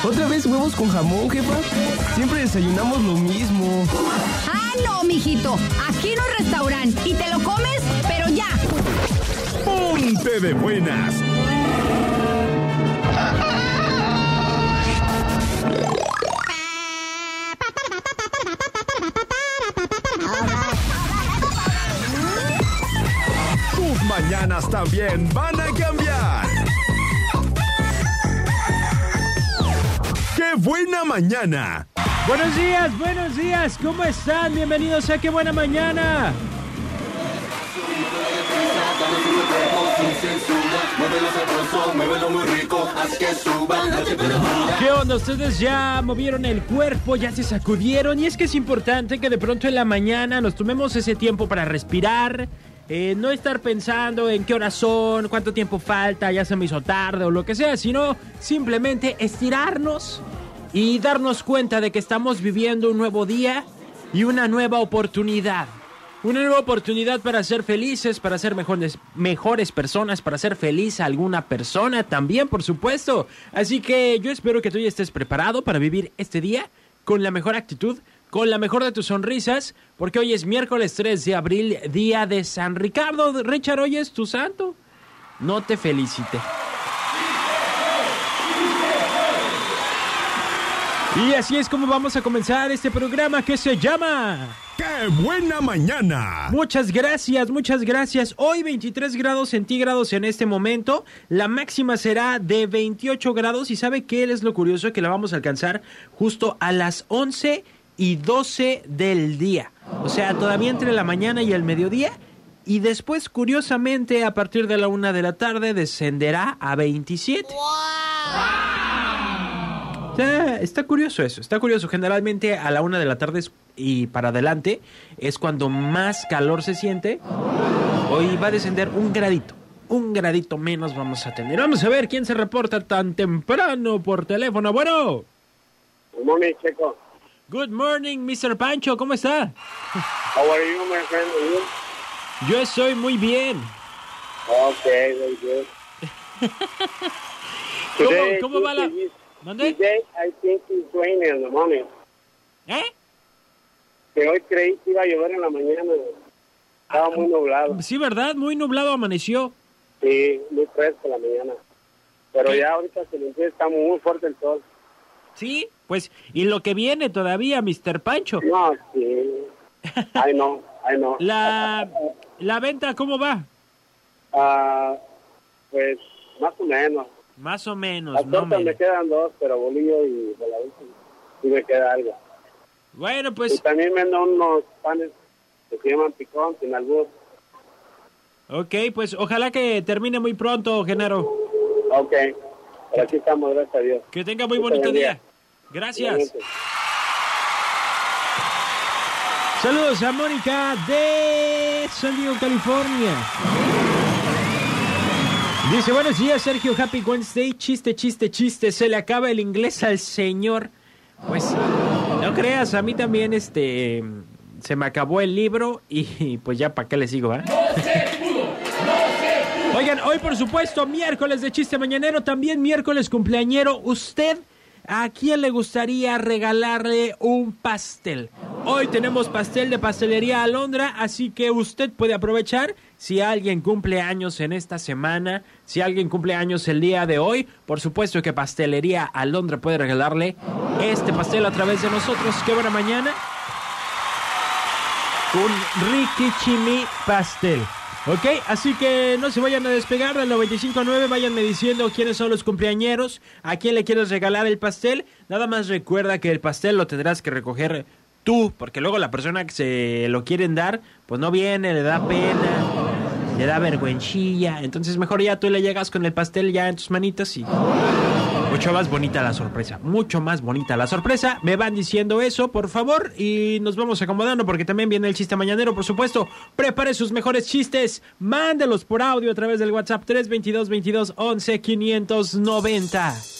¿Otra vez huevos con jamón, jefa? Siempre desayunamos lo mismo. Ah, no, mijito. Aquí no es restaurante y te lo comes, pero ya. ¡Ponte de buenas! Tus mañanas también van a cambiar. ¡Qué buena mañana! Buenos días, ¿cómo están? Bienvenidos a Qué Buena Mañana. ¿Qué onda? Ustedes ya movieron el cuerpo, ya se sacudieron. Y es que es importante que de pronto en la mañana nos tomemos ese tiempo para respirar. No estar pensando en qué horas son, cuánto tiempo falta, ya se me hizo tarde o lo que sea, sino simplemente estirarnos y darnos cuenta de que estamos viviendo un nuevo día y una nueva oportunidad. Una nueva oportunidad para ser felices, para ser mejores personas, para hacer feliz a alguna persona también, por supuesto. Así que yo espero que tú ya estés preparado para vivir este día con la mejor actitud, con la mejor de tus sonrisas, porque hoy es miércoles 3 de abril, día de San Ricardo. Richard, hoy es tu santo. No te felicité. Y así es como vamos a comenzar este programa que se llama... ¡Qué buena mañana! Muchas gracias. Hoy 23 grados centígrados en este momento. La máxima será de 28 grados. ¿Y sabe qué es lo curioso? Que la vamos a alcanzar justo a las 11:12 del día. O sea, todavía entre la mañana y el mediodía. Y después, curiosamente, a partir de la 1 de la tarde descenderá a 27. ¡Wow! Está curioso eso, está curioso. Generalmente a la 1 de la tarde y para adelante es cuando más calor se siente. Hoy va a descender un gradito menos vamos a tener. Vamos a ver quién se reporta tan temprano por teléfono. Bueno. Good morning, Checo. Good morning, Mr. Pancho, ¿cómo está? How are you, my friend? Yo estoy muy bien. Okay, very good. ¿Cómo va la...? ¿Dónde? Today, I think it's raining in the morning. Que hoy creí que iba a llover en la mañana. Estaba muy nublado. Sí, ¿verdad? Muy nublado amaneció. Sí, muy fresco la mañana. Pero ya ahorita se limpió, está muy fuerte el sol. Sí, pues, y lo que viene todavía, Mr. Pancho. No, sí. I know. ¿La venta cómo va? Pues, más o menos. Más o menos, las tortas me quedan 2, pero bolillo y voladito y me queda algo. Bueno, pues... Y también me dan unos panes que se llaman picón, sin albur. Ok, pues ojalá que termine muy pronto, Genaro. Ok, pero aquí estamos, gracias a Dios. Que tenga muy bonito día. Gracias. Saludos a Mónica de San Diego, California. Dice, buenos días, Sergio, Happy Wednesday. Chiste, se le acaba el inglés al señor. Pues, no creas, a mí también, se me acabó el libro y pues ya, ¿para qué le sigo, No se pudo. Oigan, hoy, por supuesto, miércoles de Chiste Mañanero, también miércoles cumpleañero. ¿Usted a quién le gustaría regalarle un pastel? Hoy tenemos pastel de Pastelería Alondra, así que usted puede aprovechar. Si alguien cumple años en esta semana, si alguien cumple años el día de hoy, por supuesto que Pastelería Alondra puede regalarle este pastel a través de nosotros. ¡Qué buena mañana! Un Ricky Chimí pastel. Ok, así que no se vayan a despegar del 95.9, váyanme diciendo quiénes son los cumpleañeros, a quién le quieres regalar el pastel. Nada más recuerda que el pastel lo tendrás que recoger tú, porque luego la persona que se lo quieren dar, pues no viene, le da pena, le da vergüenchilla. Entonces mejor ya tú le llegas con el pastel ya en tus manitas y mucho más bonita la sorpresa, mucho más bonita la sorpresa. Me van diciendo eso, por favor, y nos vamos acomodando porque también viene el chiste mañanero, por supuesto. Prepare sus mejores chistes, mándelos por audio a través del WhatsApp 322-22-11-590.